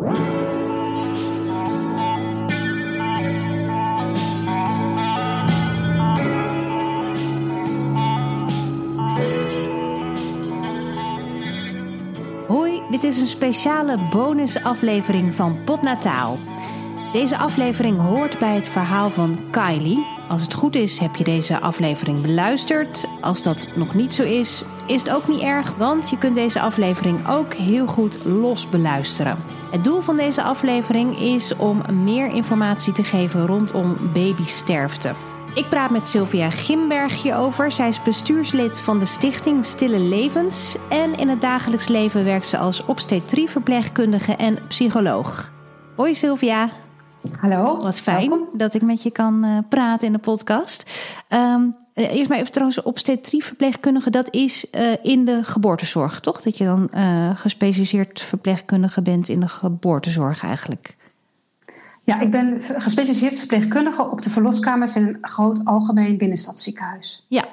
Hoi, dit is een speciale bonusaflevering van Podnataal. Deze aflevering hoort bij het verhaal van Kylie. Als het goed is, heb je deze aflevering beluisterd. Als dat nog niet zo is, is het ook niet erg, want je kunt deze aflevering ook heel goed los beluisteren. Het doel van deze aflevering is om meer informatie te geven rondom babysterfte. Ik praat met Sylvia Gimberg hierover. Zij is bestuurslid van de stichting Stille Levens. En in het dagelijks leven werkt ze als obstetrie-verpleegkundige en psycholoog. Hoi Sylvia. Hallo. Wat fijn dat ik met je kan praten in de podcast. Eerst maar even trouwens, obstetrie-verpleegkundige, dat is in de geboortezorg, toch? Dat je dan gespecialiseerd verpleegkundige bent in de geboortezorg eigenlijk. Ja, ik ben gespecialiseerd verpleegkundige op de verloskamers in een groot algemeen binnenstadsziekenhuis. Ja,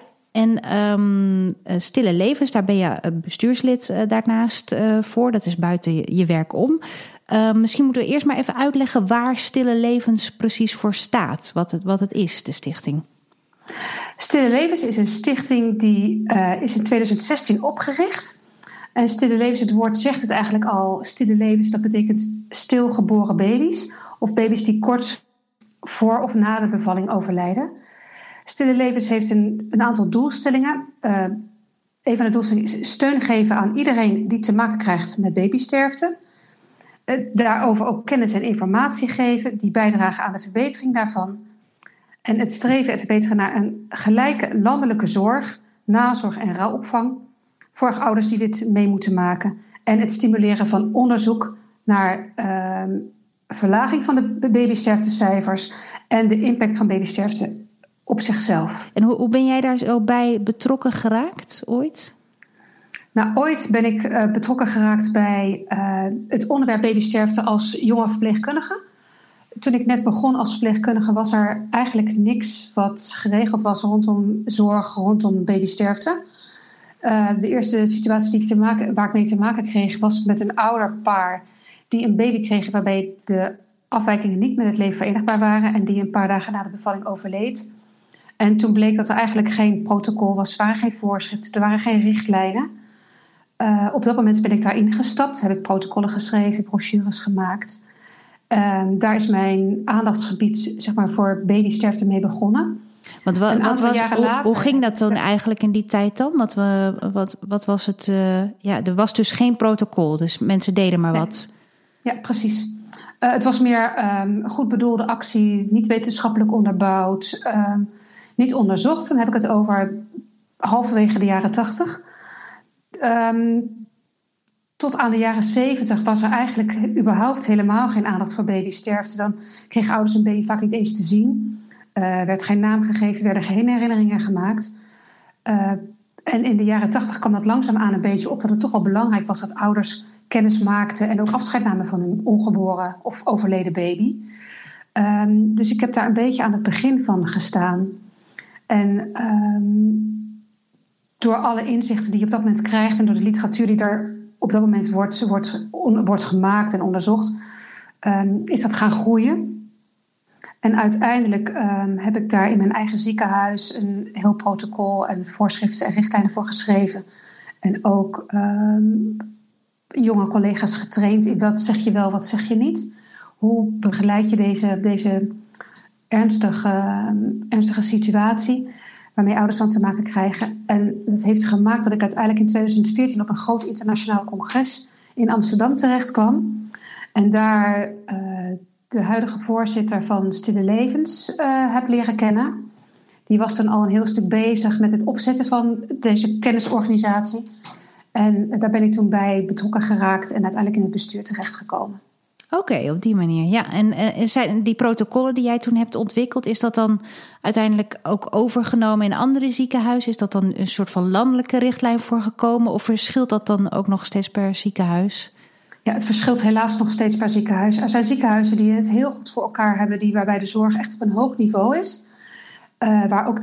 en Stille Levens, daar ben je bestuurslid daarnaast voor. Dat is buiten je werk om. Misschien moeten we eerst maar even uitleggen waar Stille Levens precies voor staat. Wat het is, de stichting. Stille Levens is een stichting die is in 2016 opgericht. En Stille Levens, het woord zegt het eigenlijk al. Stille Levens, dat betekent stilgeboren baby's. Of baby's die kort voor of na de bevalling overlijden. Stille Levens heeft een aantal doelstellingen. Een van de doelstellingen is steun geven aan iedereen die te maken krijgt met babysterfte. Daarover ook kennis en informatie geven die bijdragen aan de verbetering daarvan. En het streven en verbeteren naar een gelijke landelijke zorg, nazorg en rouwopvang voor ouders die dit mee moeten maken. En het stimuleren van onderzoek naar verlaging van de babysterftecijfers en de impact van babysterfte op zichzelf. En hoe ben jij daar zo bij betrokken geraakt ooit? Nou, ooit ben ik betrokken geraakt bij het onderwerp babysterfte als jonge verpleegkundige. Toen ik net begon als verpleegkundige was er eigenlijk niks wat geregeld was rondom zorg, rondom babysterfte. De eerste situatie waar ik mee te maken kreeg was met een ouderpaar die een baby kregen waarbij de afwijkingen niet met het leven verenigbaar waren en die een paar dagen na de bevalling overleed. En toen bleek dat er eigenlijk geen protocol was, er waren geen voorschriften, er waren geen richtlijnen. Op dat moment ben ik daarin gestapt, heb ik protocollen geschreven, brochures gemaakt. Daar is mijn aandachtsgebied zeg maar, voor babysterfte mee begonnen. Hoe ging dat dan eigenlijk in die tijd dan? Wat was het? Er was dus geen protocol, dus mensen deden maar wat. Ja, precies. Het was meer goed bedoelde actie, niet wetenschappelijk onderbouwd, niet onderzocht. Dan heb ik het over halverwege de jaren 80. Tot aan de jaren 70 was er eigenlijk überhaupt helemaal geen aandacht voor babysterfte. Dan kregen ouders een baby vaak niet eens te zien. Werd geen naam gegeven, werden geen herinneringen gemaakt. En in de jaren 80 kwam dat langzaamaan een beetje op dat het toch wel belangrijk was dat ouders kennis maakten en ook afscheid namen van hun ongeboren of overleden baby. Dus ik heb daar een beetje aan het begin van gestaan. En door alle inzichten die je op dat moment krijgt en door de literatuur die daar op dat moment wordt gemaakt en onderzocht, is dat gaan groeien. En uiteindelijk heb ik daar in mijn eigen ziekenhuis een heel protocol en voorschriften en richtlijnen voor geschreven. En ook jonge collega's getraind in wat zeg je wel, wat zeg je niet. Hoe begeleid je deze ernstige situatie waarmee ouders dan te maken krijgen. En dat heeft gemaakt dat ik uiteindelijk in 2014 op een groot internationaal congres in Amsterdam terecht kwam. En daar de huidige voorzitter van Stille Levens heb leren kennen. Die was dan al een heel stuk bezig met het opzetten van deze kennisorganisatie. En daar ben ik toen bij betrokken geraakt en uiteindelijk in het bestuur terechtgekomen. Oké, op die manier. Ja, en zijn die protocollen die jij toen hebt ontwikkeld, is dat dan uiteindelijk ook overgenomen in andere ziekenhuizen? Is dat dan een soort van landelijke richtlijn voor gekomen? Of verschilt dat dan ook nog steeds per ziekenhuis? Ja, het verschilt helaas nog steeds per ziekenhuis. Er zijn ziekenhuizen die het heel goed voor elkaar hebben, waarbij de zorg echt op een hoog niveau is. Waar ook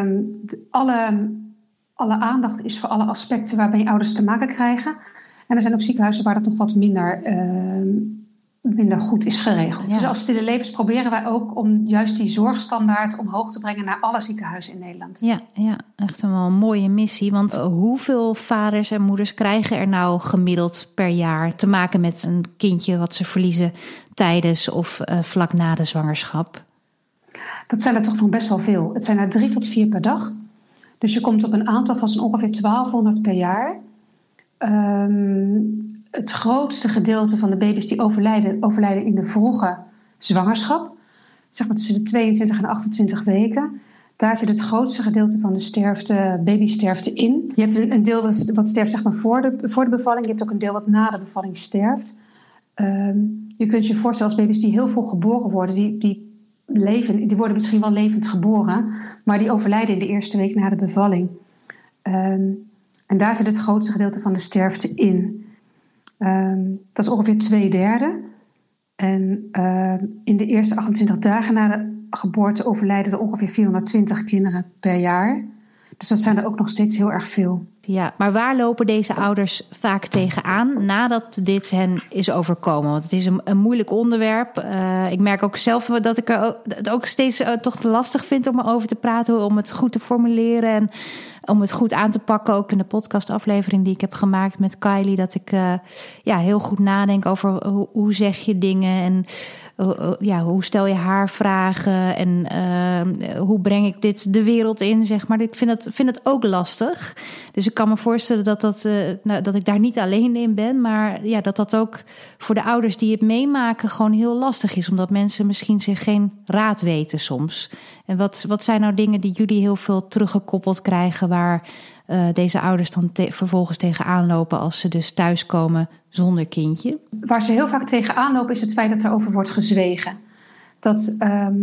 alle aandacht is voor alle aspecten waarmee ouders te maken krijgen. En er zijn ook ziekenhuizen waar dat nog wat minder minder goed is geregeld. Ja. Dus als Stille Levens proberen wij ook om juist die zorgstandaard omhoog te brengen naar alle ziekenhuizen in Nederland. Ja, echt wel een mooie missie. Want hoeveel vaders en moeders krijgen er nou gemiddeld per jaar te maken met een kindje wat ze verliezen tijdens of vlak na de zwangerschap? Dat zijn er toch nog best wel veel. Het zijn er 3 tot 4 per dag. Dus je komt op een aantal van zo'n ongeveer 1200 per jaar. Het grootste gedeelte van de baby's die overlijden in de vroege zwangerschap. Zeg maar tussen de 22 en 28 weken. Daar zit het grootste gedeelte van de babysterfte in. Je hebt een deel wat sterft zeg maar voor de bevalling. Je hebt ook een deel wat na de bevalling sterft. Je kunt je voorstellen als baby's die heel veel geboren worden. Die worden misschien wel levend geboren. Maar die overlijden in de eerste week na de bevalling. En daar zit het grootste gedeelte van de sterfte in. Dat is ongeveer 2/3. En in de eerste 28 dagen na de geboorte overlijden er ongeveer 420 kinderen per jaar. Dus dat zijn er ook nog steeds heel erg veel. Ja, maar waar lopen deze ouders vaak tegenaan nadat dit hen is overkomen? Want het is een moeilijk onderwerp. Ik merk ook zelf dat ik het ook steeds toch te lastig vind om erover te praten, om het goed te formuleren en om het goed aan te pakken. Ook in de podcastaflevering die ik heb gemaakt met Kylie, dat ik heel goed nadenk over hoe zeg je dingen en hoe stel je haar vragen en hoe breng ik dit de wereld in, zeg maar. Ik vind het ook lastig. Dus ik kan me voorstellen dat ik daar niet alleen in ben, maar dat ook voor de ouders die het meemaken gewoon heel lastig is, omdat mensen misschien zich geen raad weten soms. En wat zijn nou dingen die jullie heel veel teruggekoppeld krijgen, waar deze ouders dan vervolgens tegenaan lopen als ze dus thuiskomen zonder kindje? Waar ze heel vaak tegenaan lopen is het feit dat er over wordt gezwegen. Dat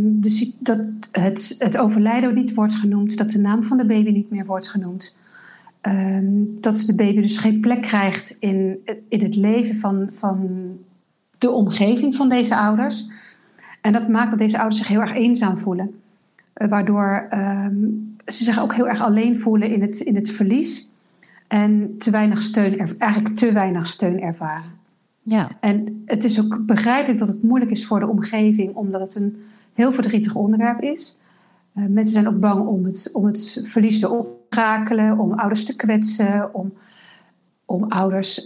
het overlijden niet wordt genoemd, dat de naam van de baby niet meer wordt genoemd. Dat de baby dus geen plek krijgt in het leven van de omgeving van deze ouders. En dat maakt dat deze ouders zich heel erg eenzaam voelen. Waardoor ze zich ook heel erg alleen voelen in het verlies. En te weinig steun ervaren. Ja. En het is ook begrijpelijk dat het moeilijk is voor de omgeving, omdat het een heel verdrietig onderwerp is. Mensen zijn ook bang om het verlies weer op te rakelen, om ouders te kwetsen, om ouders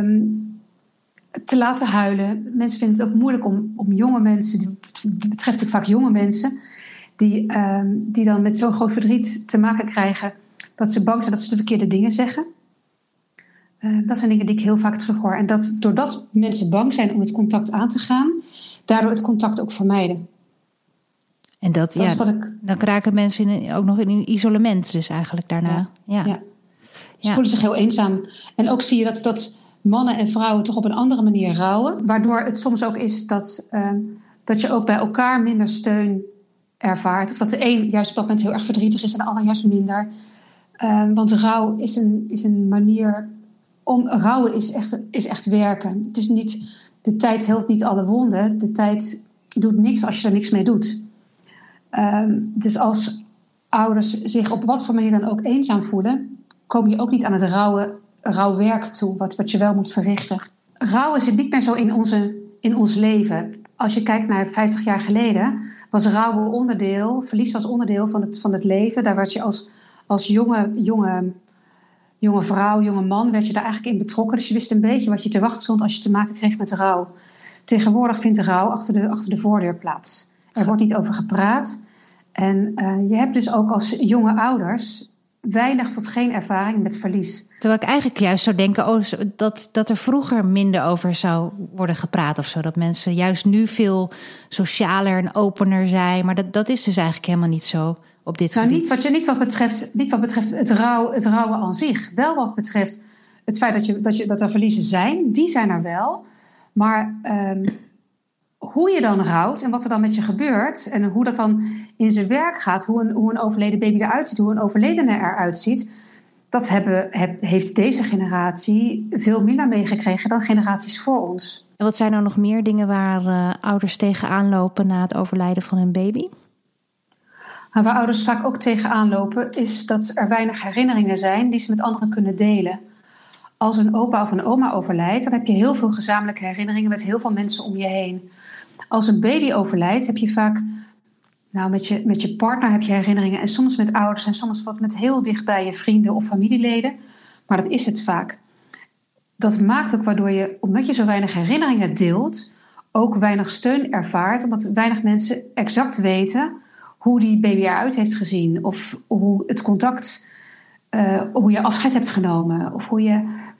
te laten huilen. Mensen vinden het ook moeilijk om jonge mensen, het betreft natuurlijk vaak jonge mensen, die dan met zo'n groot verdriet te maken krijgen, dat ze bang zijn dat ze de verkeerde dingen zeggen. Dat zijn dingen die ik heel vaak terughoor. En doordat mensen bang zijn om het contact aan te gaan, daardoor het contact ook vermijden. En dan raken mensen ook nog in een isolement dus eigenlijk daarna. Ja. Ze voelen zich heel eenzaam. En ook zie je dat mannen en vrouwen toch op een andere manier rouwen. Waardoor het soms ook is dat je ook bij elkaar minder steun ervaart. Of dat de een juist op dat moment heel erg verdrietig is en de ander juist minder. Want rouw is een manier rouwen is echt werken. Het is niet, de tijd heelt niet alle wonden. De tijd doet niks als je er niks mee doet. Dus als ouders zich op wat voor manier dan ook eenzaam voelen, kom je ook niet aan het rouwwerk toe, wat je wel moet verrichten. Rouwen zit niet meer zo in ons leven. Als je kijkt naar 50 jaar geleden, was rouwen onderdeel, verlies was onderdeel van het leven. Daar werd je als jonge vrouw, jonge man, werd je daar eigenlijk in betrokken. Dus je wist een beetje wat je te wachten stond als je te maken kreeg met rouw. Tegenwoordig vindt de rouw achter de voordeur plaats. Er wordt niet over gepraat. En je hebt dus ook als jonge ouders weinig tot geen ervaring met verlies. Terwijl ik eigenlijk juist zou denken dat er vroeger minder over zou worden gepraat of zo. Dat mensen juist nu veel socialer en opener zijn. Maar dat is dus eigenlijk helemaal niet zo op dit gebied. Niet wat betreft het rouwen aan zich. Wel wat betreft het feit dat er verliezen zijn. Die zijn er wel. Maar hoe je dan rouwt en wat er dan met je gebeurt en hoe dat dan in zijn werk gaat, hoe een overleden baby eruit ziet, hoe een overledene eruit ziet, dat heeft deze generatie veel minder meegekregen dan generaties voor ons. En wat zijn nou nog meer dingen waar ouders tegenaan lopen na het overlijden van hun baby? Maar waar ouders vaak ook tegenaan lopen is dat er weinig herinneringen zijn die ze met anderen kunnen delen. als een opa of een oma overlijdt, dan heb je heel veel gezamenlijke herinneringen met heel veel mensen om je heen. Als een baby overlijdt, heb je vaak, met je partner heb je herinneringen en soms met ouders en soms wat met heel dichtbij je vrienden of familieleden. Maar dat is het vaak. Dat maakt ook waardoor je, omdat je zo weinig herinneringen deelt, ook weinig steun ervaart, omdat weinig mensen exact weten hoe die baby eruit heeft gezien of hoe het contact, hoe je afscheid hebt genomen of hoe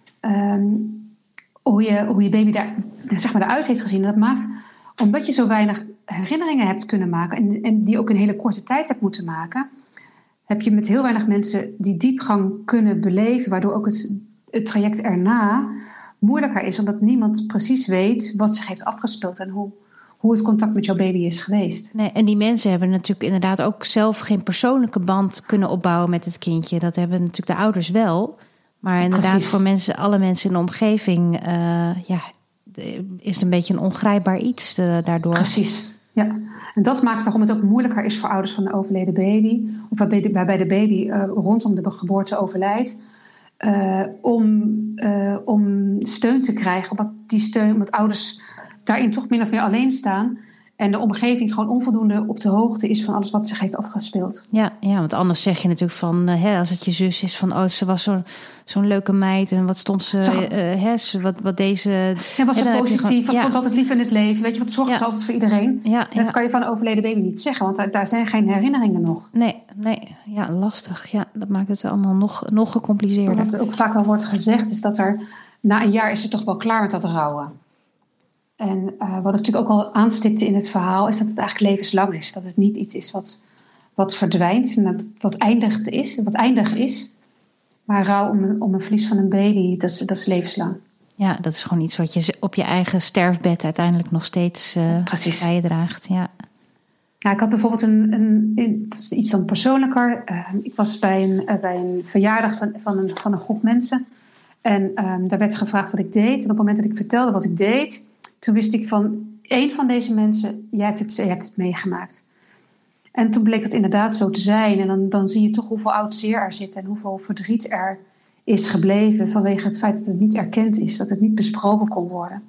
je baby daar, zeg maar, eruit heeft gezien. En dat maakt, omdat je zo weinig herinneringen hebt kunnen maken en die ook in hele korte tijd hebt moeten maken, heb je met heel weinig mensen die diepgang kunnen beleven, waardoor ook het traject erna moeilijker is, omdat niemand precies weet wat zich heeft afgespeeld en hoe het contact met jouw baby is geweest. Nee, en die mensen hebben natuurlijk inderdaad ook zelf geen persoonlijke band kunnen opbouwen met het kindje. Dat hebben natuurlijk de ouders wel. Maar inderdaad, precies, voor alle mensen in de omgeving is het een beetje een ongrijpbaar iets daardoor. Precies, ja. En dat maakt waarom het ook moeilijker is voor ouders van een overleden baby, of waarbij de baby rondom de geboorte overlijdt, om steun te krijgen. Omdat ouders daarin toch min of meer alleen staan en de omgeving gewoon onvoldoende op de hoogte is van alles wat zich heeft afgespeeld. Ja, want anders zeg je natuurlijk van, als het je zus is van, ze was zo'n leuke meid en wat stond ze, wat deze... Ja, was ze positief, wat stond altijd lief in het leven, weet je, wat zorgde ze altijd voor iedereen. Ja, dat kan je van een overleden baby niet zeggen, want daar zijn geen herinneringen nog. Nee, lastig. Ja, dat maakt het allemaal nog gecompliceerder. Wat ook vaak wel wordt gezegd is dat er na een jaar is het toch wel klaar met dat rouwen. En wat ik natuurlijk ook al aanstipte in het verhaal, is dat het eigenlijk levenslang is. Dat het niet iets is wat verdwijnt en wat eindig is. Maar rouw om een verlies van een baby, dat is levenslang. Ja, dat is gewoon iets wat je op je eigen sterfbed uiteindelijk nog steeds bij je draagt. Ja. Ja, ik had bijvoorbeeld dat is iets dan persoonlijker. Ik was bij een verjaardag van een groep mensen. En daar werd gevraagd wat ik deed. En op het moment dat ik vertelde wat ik deed, toen wist ik van één van deze mensen, jij hebt het meegemaakt. En toen bleek dat inderdaad zo te zijn. En dan zie je toch hoeveel oud zeer er zit en hoeveel verdriet er is gebleven vanwege het feit dat het niet erkend is, dat het niet besproken kon worden.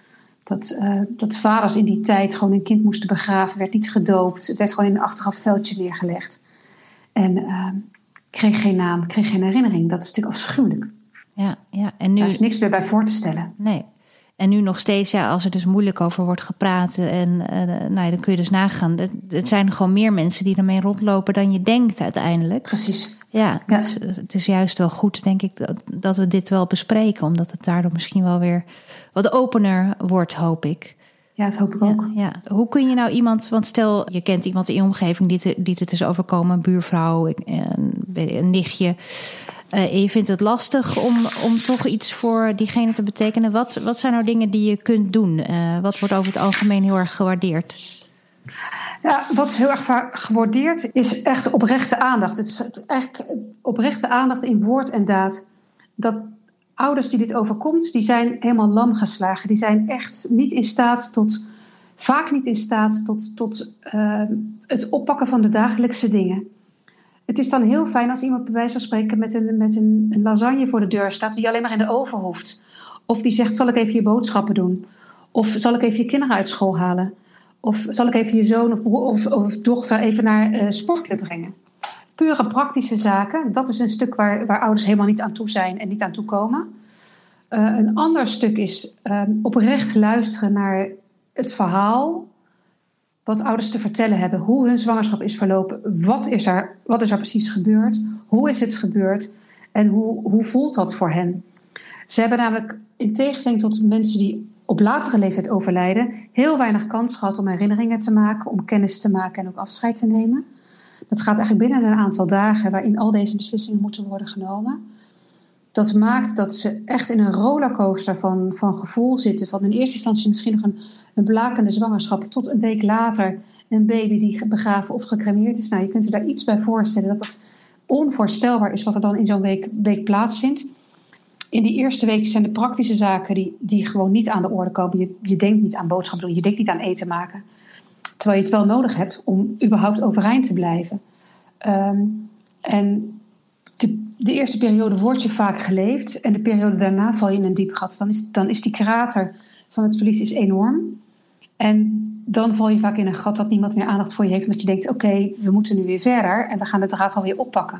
Dat vaders in die tijd gewoon een kind moesten begraven, werd niet gedoopt. Het werd gewoon in een achteraf veldje neergelegd. En kreeg geen naam, kreeg geen herinnering. Dat is natuurlijk afschuwelijk. Ja. En nu... Daar is niks meer bij voor te stellen. Nee. En nu nog steeds, als er dus moeilijk over wordt gepraat, en dan kun je dus nagaan. Het zijn gewoon meer mensen die ermee rondlopen dan je denkt uiteindelijk. Precies. Ja. Dus het is juist wel goed, denk ik, dat we dit wel bespreken. Omdat het daardoor misschien wel weer wat opener wordt, hoop ik. Ja, dat hoop ik ook. Ja. Hoe kun je nou iemand, want stel je kent iemand in je omgeving die dit is overkomen, een buurvrouw, een nichtje. En je vindt het lastig om toch iets voor diegene te betekenen. Wat zijn nou dingen die je kunt doen? Wat wordt over het algemeen heel erg gewaardeerd? Ja, wat heel erg gewaardeerd is echt oprechte aandacht. Het is eigenlijk oprechte aandacht in woord en daad. Dat ouders die dit overkomt, die zijn helemaal lam geslagen. Die zijn echt niet in staat vaak niet in staat tot het oppakken van de dagelijkse dingen. Het is dan heel fijn als iemand bij wijze van spreken met een lasagne voor de deur staat, die alleen maar in de oven hoeft. Of die zegt, zal ik even je boodschappen doen? Of zal ik even je kinderen uit school halen? Of zal ik even je zoon of dochter even naar sportclub brengen? Pure praktische zaken. Dat is een stuk waar ouders helemaal niet aan toe zijn en niet aan toe komen. Een ander stuk is oprecht luisteren naar het verhaal wat ouders te vertellen hebben. Hoe hun zwangerschap is verlopen. Wat is er precies gebeurd? Hoe is het gebeurd? En hoe voelt dat voor hen? Ze hebben namelijk, in tegenstelling tot mensen die op latere leeftijd overlijden, heel weinig kans gehad om herinneringen te maken, om kennis te maken en ook afscheid te nemen. Dat gaat eigenlijk binnen een aantal dagen waarin al deze beslissingen moeten worden genomen. Dat maakt dat ze echt in een rollercoaster van gevoel zitten. Van in eerste instantie misschien nog een blakende zwangerschap, tot een week later een baby die begraven of gecremeerd is. Nou, je kunt je daar iets bij voorstellen dat het onvoorstelbaar is wat er dan in zo'n week plaatsvindt. In die eerste week zijn de praktische zaken die gewoon niet aan de orde komen. Je denkt niet aan boodschappen doen, je denkt niet aan eten maken. Terwijl je het wel nodig hebt om überhaupt overeind te blijven. En de eerste periode word je vaak geleefd. En de periode daarna val je in een diep gat. Dan is die krater van het verlies is enorm. En dan val je vaak in een gat dat niemand meer aandacht voor je heeft. Omdat je denkt, oké, we moeten nu weer verder. En we gaan de draad alweer oppakken.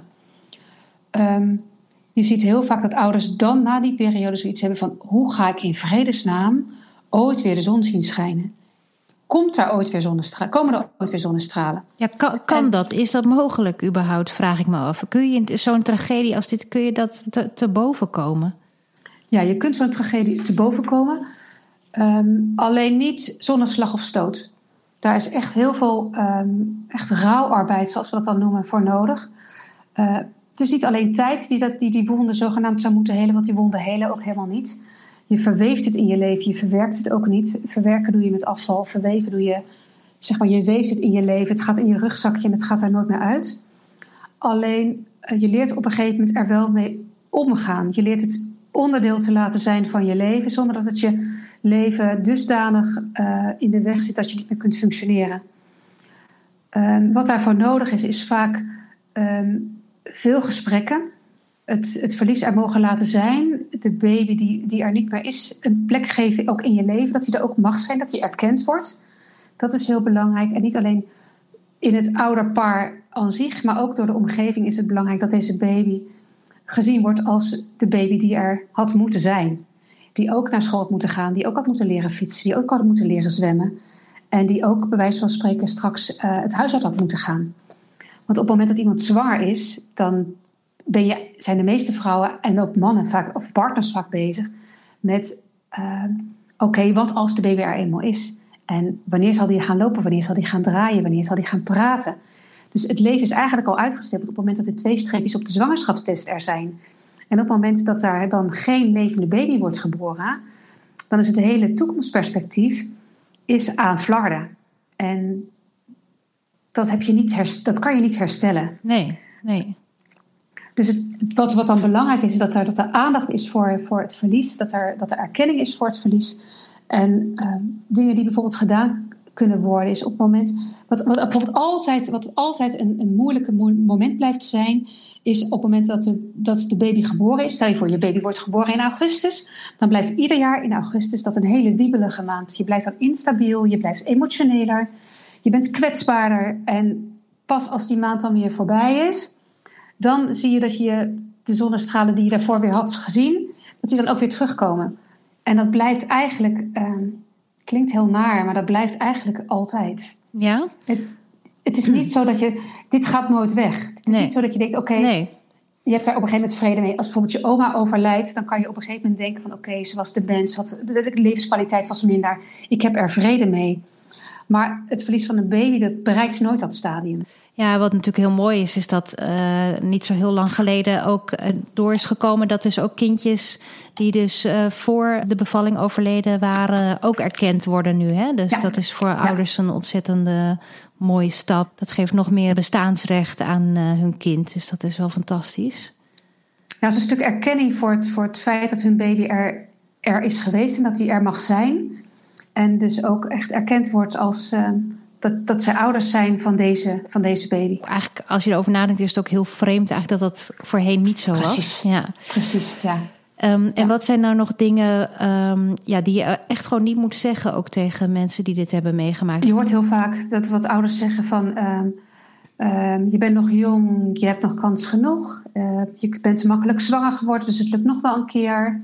Je ziet heel vaak dat ouders dan na die periode zoiets hebben van... hoe ga ik in vredesnaam ooit weer de zon zien schijnen? Komen er ooit weer zonnestralen? Ja, kan dat? Is dat mogelijk überhaupt, vraag ik me af. Kun je in zo'n tragedie als dit, kun je dat te boven komen? Ja, je kunt zo'n tragedie te boven komen. Alleen niet zonder slag of stoot. Daar is echt heel veel echt rouwarbeid, zoals we dat dan noemen, voor nodig. Het is niet alleen tijd die wonden zogenaamd zou moeten helen, want die wonden helen ook helemaal niet. Je verweeft het in je leven, je verwerkt het ook niet. Verwerken doe je met afval, verweven doe je, zeg maar, je weeft het in je leven. Het gaat in je rugzakje en het gaat er nooit meer uit. Alleen, je leert op een gegeven moment er wel mee omgaan. Je leert het onderdeel te laten zijn van je leven, zonder dat het je leven dusdanig in de weg zit dat je niet meer kunt functioneren. Wat daarvoor nodig is vaak veel gesprekken. Het verlies er mogen laten zijn. De baby die er niet meer is, een plek geven ook in je leven. Dat hij er ook mag zijn, dat hij erkend wordt. Dat is heel belangrijk. En niet alleen in het ouderpaar aan zich, maar ook door de omgeving is het belangrijk dat deze baby gezien wordt als de baby die er had moeten zijn. Die ook naar school had moeten gaan, die ook had moeten leren fietsen, die ook had moeten leren zwemmen. En die ook, bij wijze van spreken, straks het huis uit had moeten gaan. Want op het moment dat iemand zwanger is, dan zijn de meeste vrouwen en ook mannen vaak, of partners vaak bezig met oké, wat als de baby er eenmaal is? En wanneer zal die gaan lopen? Wanneer zal die gaan draaien? Wanneer zal die gaan praten? Dus het leven is eigenlijk al uitgestippeld op het moment dat de 2 streepjes op de zwangerschapstest er zijn. En op het moment dat daar dan geen levende baby wordt geboren, dan is het hele toekomstperspectief is aan flarden. En dat kan je niet herstellen. Nee. Dus wat dan belangrijk is dat er aandacht is voor het verlies, dat er erkenning is voor het verlies. En dingen die bijvoorbeeld gedaan kunnen worden, is op het moment. Wat altijd een moeilijke moment blijft zijn, is op het moment dat de baby geboren is. Stel je voor, je baby wordt geboren in augustus. Dan blijft ieder jaar in augustus dat een hele wiebelige maand. Je blijft dan instabiel, je blijft emotioneler, je bent kwetsbaarder. En pas als die maand dan weer voorbij is, dan zie je dat je de zonnestralen die je daarvoor weer had gezien, dat die dan ook weer terugkomen. En dat blijft eigenlijk, klinkt heel naar, maar dat blijft eigenlijk altijd. Ja? Het is niet zo dat dit gaat nooit weg. Het is niet zo dat je denkt, oké, je hebt daar op een gegeven moment vrede mee. Als bijvoorbeeld je oma overlijdt, dan kan je op een gegeven moment denken van oké, ze was dement, de levenskwaliteit was minder. Ik heb er vrede mee. Maar het verlies van een baby, dat bereikt nooit dat stadium. Ja, wat natuurlijk heel mooi is dat niet zo heel lang geleden ook door is gekomen dat dus ook kindjes die dus voor de bevalling overleden waren, ook erkend worden nu. Hè? Dus dat is voor ouders een ontzettende mooie stap. Dat geeft nog meer bestaansrecht aan hun kind. Dus dat is wel fantastisch. Ja, dat is een stuk erkenning voor het feit dat hun baby er is geweest en dat hij er mag zijn. En dus ook echt erkend wordt als dat zij ouders zijn van deze baby. Eigenlijk, als je erover nadenkt, is het ook heel vreemd eigenlijk dat voorheen niet zo was. Ja. Precies, ja. En wat zijn nou nog dingen die je echt gewoon niet moet zeggen, ook tegen mensen die dit hebben meegemaakt? Je hoort heel vaak dat wat ouders zeggen van je bent nog jong, je hebt nog kans genoeg. Je bent makkelijk zwanger geworden, dus het lukt nog wel een keer.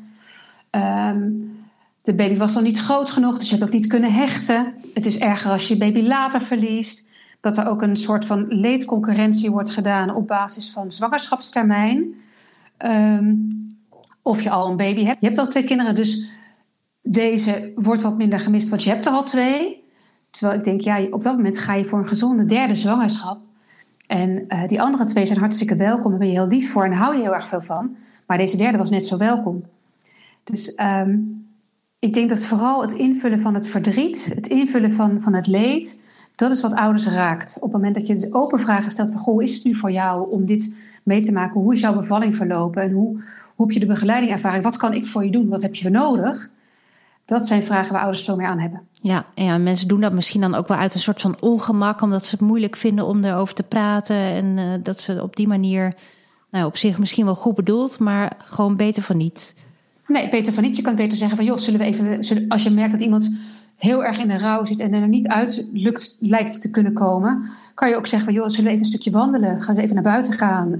De baby was nog niet groot genoeg, dus je hebt ook niet kunnen hechten. Het is erger als je baby later verliest. Dat er ook een soort van leedconcurrentie wordt gedaan op basis van zwangerschapstermijn. Of je al een baby hebt. Je hebt al 2 kinderen, dus deze wordt wat minder gemist, want je hebt er al 2. Terwijl ik denk, op dat moment ga je voor een gezonde 3e zwangerschap. En die andere 2 zijn hartstikke welkom. Daar ben je heel lief voor en hou je heel erg veel van. Maar deze 3e was net zo welkom. Dus ik denk dat vooral het invullen van het verdriet, het invullen van het leed, dat is wat ouders raakt. Op het moment dat je dus open vragen stelt van, goh, is het nu voor jou om dit mee te maken? Hoe is jouw bevalling verlopen? En hoe heb je de begeleiding ervaren? Wat kan ik voor je doen? Wat heb je nodig? Dat zijn vragen waar ouders veel meer aan hebben. Ja, mensen doen dat misschien dan ook wel uit een soort van ongemak, omdat ze het moeilijk vinden om erover te praten. En dat ze op die manier nou, op zich misschien wel goed bedoeld, maar gewoon beter van niet. Nee, beter van niet. Je kan beter zeggen van, joh, als je merkt dat iemand heel erg in de rouw zit en er niet uit lijkt te kunnen komen, kan je ook zeggen van, joh, zullen we even een stukje wandelen? Gaan we even naar buiten gaan?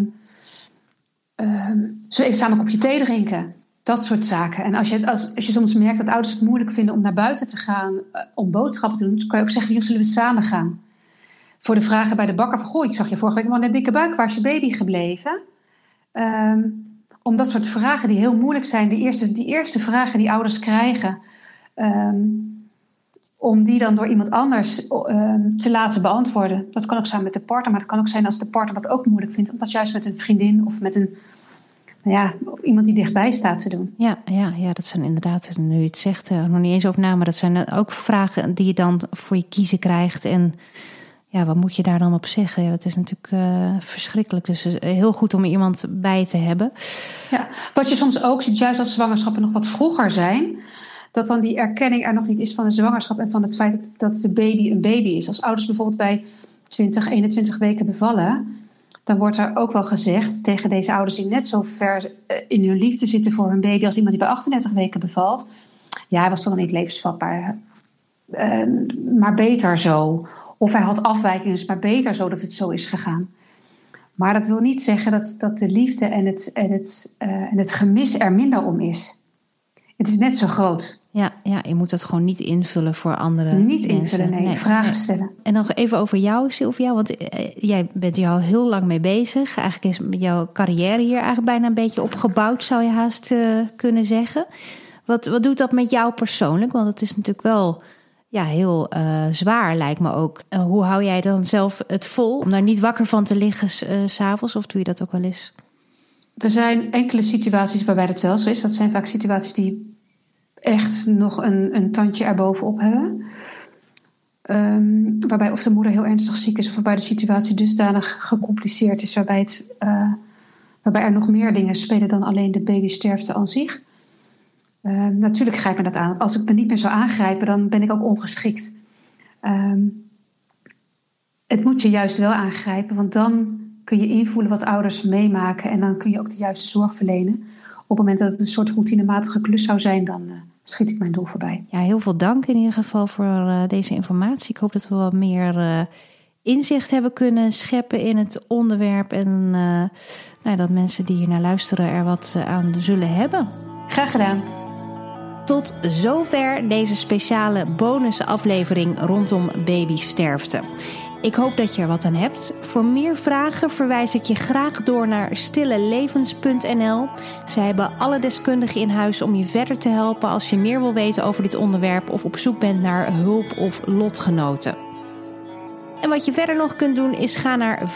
Zullen we even samen een kopje thee drinken? Dat soort zaken. En als je soms merkt dat ouders het moeilijk vinden om naar buiten te gaan, om boodschappen te doen, dan kan je ook zeggen, joh, zullen we samen gaan? Voor de vragen bij de bakker van, goh, ik zag je vorige week wel een dikke buik, waar is je baby gebleven? Om dat soort vragen die heel moeilijk zijn, die eerste vragen die ouders krijgen, om die dan door iemand anders te laten beantwoorden. Dat kan ook zijn met de partner, maar dat kan ook zijn als de partner dat ook moeilijk vindt, om dat juist met een vriendin of met iemand die dichtbij staat te doen. Ja, dat zijn inderdaad, nu je het zegt, nog niet eens over na, maar dat zijn ook vragen die je dan voor je kiezen krijgt. En ja, wat moet je daar dan op zeggen? Ja, dat is natuurlijk verschrikkelijk. Dus heel goed om er iemand bij te hebben. Ja, wat je soms ook ziet, juist als zwangerschappen nog wat vroeger zijn, dat dan die erkenning er nog niet is van de zwangerschap en van het feit dat de baby een baby is. Als ouders bijvoorbeeld bij 20, 21 weken bevallen, dan wordt er ook wel gezegd tegen deze ouders die net zo ver in hun liefde zitten voor hun baby als iemand die bij 38 weken bevalt. Ja, hij was toch nog niet levensvatbaar. Maar beter zo. Of hij had afwijkingen, dus maar beter zo dat het zo is gegaan. Maar dat wil niet zeggen dat de liefde en het gemis er minder om is. Het is net zo groot. Ja, je moet dat gewoon niet invullen voor andere mensen. Niet invullen, nee. Vragen stellen. En nog even over jou, Sylvia. Want jij bent hier al heel lang mee bezig. Eigenlijk is jouw carrière hier eigenlijk bijna een beetje opgebouwd, zou je haast kunnen zeggen. Wat doet dat met jou persoonlijk? Want het is natuurlijk wel heel zwaar, lijkt me ook. Hoe hou jij dan zelf het vol om daar niet wakker van te liggen 's avonds? Of doe je dat ook wel eens? Er zijn enkele situaties waarbij dat wel zo is. Dat zijn vaak situaties die echt nog een tandje erbovenop hebben. Waarbij of de moeder heel ernstig ziek is, of waarbij de situatie dusdanig gecompliceerd is, waarbij er nog meer dingen spelen dan alleen de babysterfte aan zich. Natuurlijk grijp me dat aan. Als ik me niet meer zou aangrijpen, dan ben ik ook ongeschikt. Het moet je juist wel aangrijpen, want dan kun je invoelen wat ouders meemaken en dan kun je ook de juiste zorg verlenen. Op het moment dat het een soort routinematige klus zou zijn, dan schiet ik mijn doel voorbij. Ja, heel veel dank in ieder geval voor deze informatie. Ik hoop dat we wat meer inzicht hebben kunnen scheppen in het onderwerp en dat mensen die hier naar luisteren er wat aan zullen hebben. Graag gedaan. Tot zover deze speciale bonusaflevering rondom babysterfte. Ik hoop dat je er wat aan hebt. Voor meer vragen verwijs ik je graag door naar stillelevens.nl. Zij hebben alle deskundigen in huis om je verder te helpen als je meer wil weten over dit onderwerp of op zoek bent naar hulp of lotgenoten. En wat je verder nog kunt doen is ga naar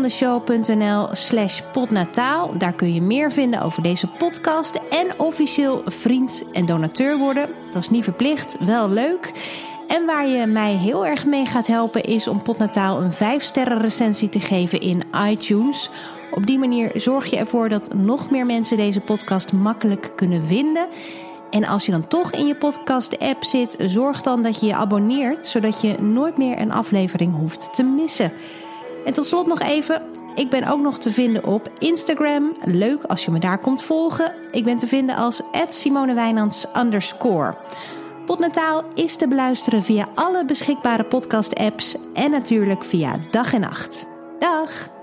vriendvandeshow.nl/podnataal. Daar kun je meer vinden over deze podcast en officieel vriend en donateur worden. Dat is niet verplicht, wel leuk. En waar je mij heel erg mee gaat helpen is om Podnataal een 5-sterren recensie te geven in iTunes. Op die manier zorg je ervoor dat nog meer mensen deze podcast makkelijk kunnen vinden. En als je dan toch in je podcast-app zit, zorg dan dat je je abonneert, zodat je nooit meer een aflevering hoeft te missen. En tot slot nog even, ik ben ook nog te vinden op Instagram. Leuk als je me daar komt volgen. Ik ben te vinden als @SimoneWijnands_. Podnataal is te beluisteren via alle beschikbare podcast-apps en natuurlijk via dag en nacht. Dag!